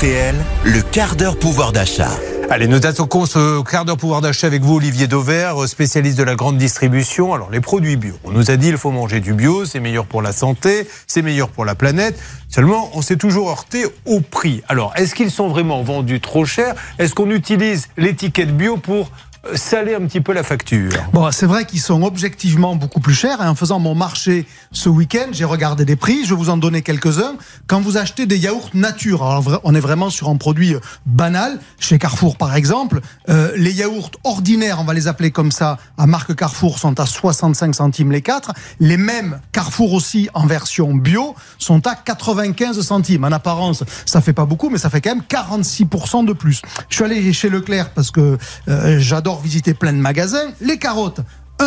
RTL, le quart d'heure pouvoir d'achat. Allez, nous attaquons ce quart d'heure pouvoir d'achat avec vous, Olivier Dauvert, spécialiste de la grande distribution. Alors, les produits bio. On nous a dit qu'il faut manger du bio, c'est meilleur pour la santé, c'est meilleur pour la planète. Seulement, on s'est toujours heurté au prix. Alors, est-ce qu'ils sont vraiment vendus trop cher? Est-ce qu'on utilise l'étiquette bio pour saler un petit peu la facture? Bon, c'est vrai qu'ils sont objectivement beaucoup plus chers. Et en faisant mon marché ce week-end, j'ai regardé des prix. Je vais vous en donner quelques-uns. Quand vous achetez des yaourts nature, alors on est vraiment sur un produit banal. Chez Carrefour, par exemple, les yaourts ordinaires, on va les appeler comme ça, à marque Carrefour, sont à 65 centimes les 4. Les mêmes Carrefour aussi en version bio sont à 95 centimes. En apparence, ça fait pas beaucoup, mais ça fait quand même 46% de plus. Je suis allé chez Leclerc parce que j'adore visiter plein de magasins. Les carottes,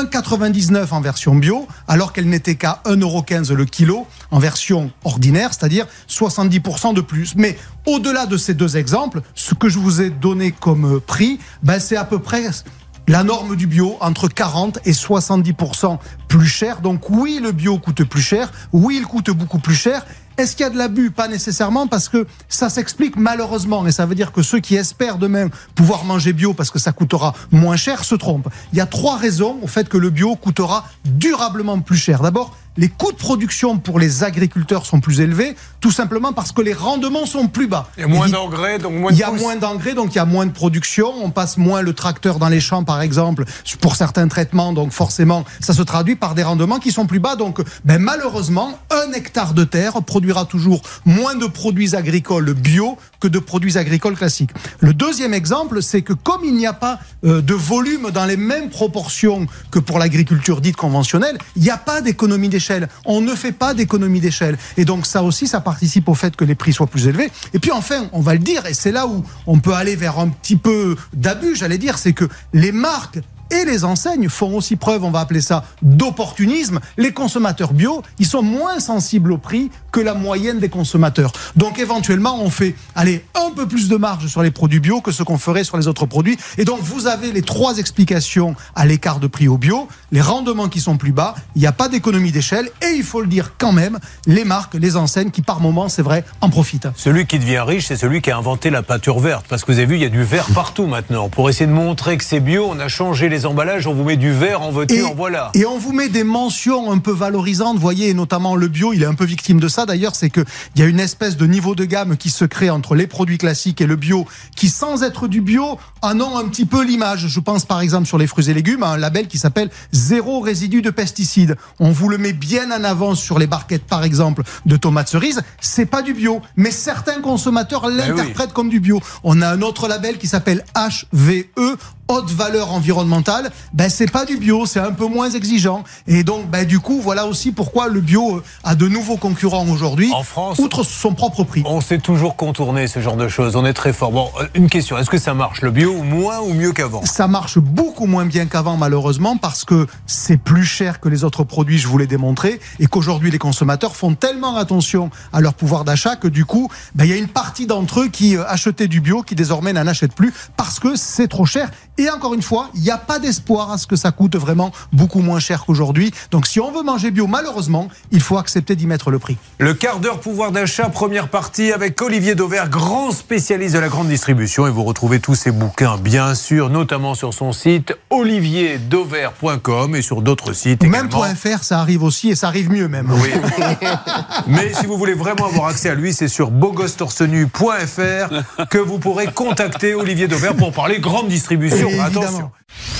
1,99 en version bio, alors qu'elles n'étaient qu'à 1,15 le kilo en version ordinaire, c'est-à-dire 70% de plus. Mais au-delà de ces deux exemples, ce que je vous ai donné comme prix, c'est à peu près la norme du bio, entre 40 et 70% plus cher. Donc oui, le bio coûte plus cher. Oui, il coûte beaucoup plus cher. Est-ce qu'il y a de l'abus? Pas nécessairement, parce que ça s'explique malheureusement. Et ça veut dire que ceux qui espèrent demain pouvoir manger bio parce que ça coûtera moins cher se trompent. Il y a 3 raisons au fait que le bio coûtera durablement plus cher. D'abord, les coûts de production pour les agriculteurs sont plus élevés, tout simplement parce que les rendements sont plus bas. Il y a moins d'engrais, donc moins de Il y a moins d'engrais, donc il y a moins de production. On passe moins le tracteur dans les champs, par exemple, pour certains traitements. Donc forcément, ça se traduit par des rendements qui sont plus bas. Donc malheureusement, 1 hectare de terre produira toujours moins de produits agricoles bio que de produits agricoles classiques. Le deuxième exemple, c'est que comme il n'y a pas de volume dans les mêmes proportions que pour l'agriculture dite conventionnelle, il n'y a pas d'économie d'échelle. On ne fait pas d'économie d'échelle. Et donc ça aussi, ça participe au fait que les prix soient plus élevés. Et puis enfin, on va le dire, et c'est là où on peut aller vers un petit peu d'abus, j'allais dire, c'est que les marques et les enseignes font aussi preuve, on va appeler ça, d'opportunisme. Les consommateurs bio, ils sont moins sensibles au prix que la moyenne des consommateurs. Donc éventuellement, on fait un peu plus de marge sur les produits bio que ce qu'on ferait sur les autres produits. Et donc vous avez les 3 explications à l'écart de prix au bio, les rendements qui sont plus bas, il n'y a pas d'économie d'échelle, et il faut le dire quand même, les marques, les enseignes qui par moment, c'est vrai, en profitent. Celui qui devient riche, c'est celui qui a inventé la peinture verte. Parce que vous avez vu, il y a du vert partout maintenant. Pour essayer de montrer que c'est bio, on a changé les emballages, on vous met du vert, en veux-tu, en voilà. Et on vous met des mentions un peu valorisantes, vous voyez, et notamment le bio, il est un peu victime de ça d'ailleurs, c'est qu'il y a une espèce de niveau de gamme qui se crée entre les produits classiques et le bio, qui sans être du bio, en ont un petit peu l'image. Je pense par exemple sur les fruits et légumes à un label qui s'appelle zéro résidu de pesticides. On vous le met bien en avant sur les barquettes par exemple de tomates cerises, c'est pas du bio, mais certains consommateurs l'interprètent comme du bio. On a un autre label qui s'appelle HVE, haute valeur environnementale, c'est pas du bio, c'est un peu moins exigeant. Et donc, du coup, voilà aussi pourquoi le bio a de nouveaux concurrents aujourd'hui, en France, outre son propre prix. On sait toujours contourner ce genre de choses, on est très fort. Bon, une question, est-ce que ça marche, le bio, moins ou mieux qu'avant? Ça marche beaucoup moins bien qu'avant, malheureusement, parce que c'est plus cher que les autres produits, je vous l'ai démontré, et qu'aujourd'hui, les consommateurs font tellement attention à leur pouvoir d'achat que du coup, il y a une partie d'entre eux qui achetaient du bio, qui désormais n'en achètent plus, parce que c'est trop cher. Et encore une fois, il n'y a pas d'espoir à ce que ça coûte vraiment beaucoup moins cher qu'aujourd'hui. Donc si on veut manger bio, malheureusement, il faut accepter d'y mettre le prix. Le quart d'heure pouvoir d'achat, première partie avec Olivier Dauvert, grand spécialiste de la grande distribution. Et vous retrouvez tous ses bouquins, bien sûr, notamment sur son site olivierdauvert.com et sur d'autres sites également. Même .fr, ça arrive aussi, et ça arrive mieux même. Oui. Mais si vous voulez vraiment avoir accès à lui, c'est sur beaugosse-torse-nu.fr que vous pourrez contacter Olivier Dauvert pour parler grande distribution. Évidemment. Attention.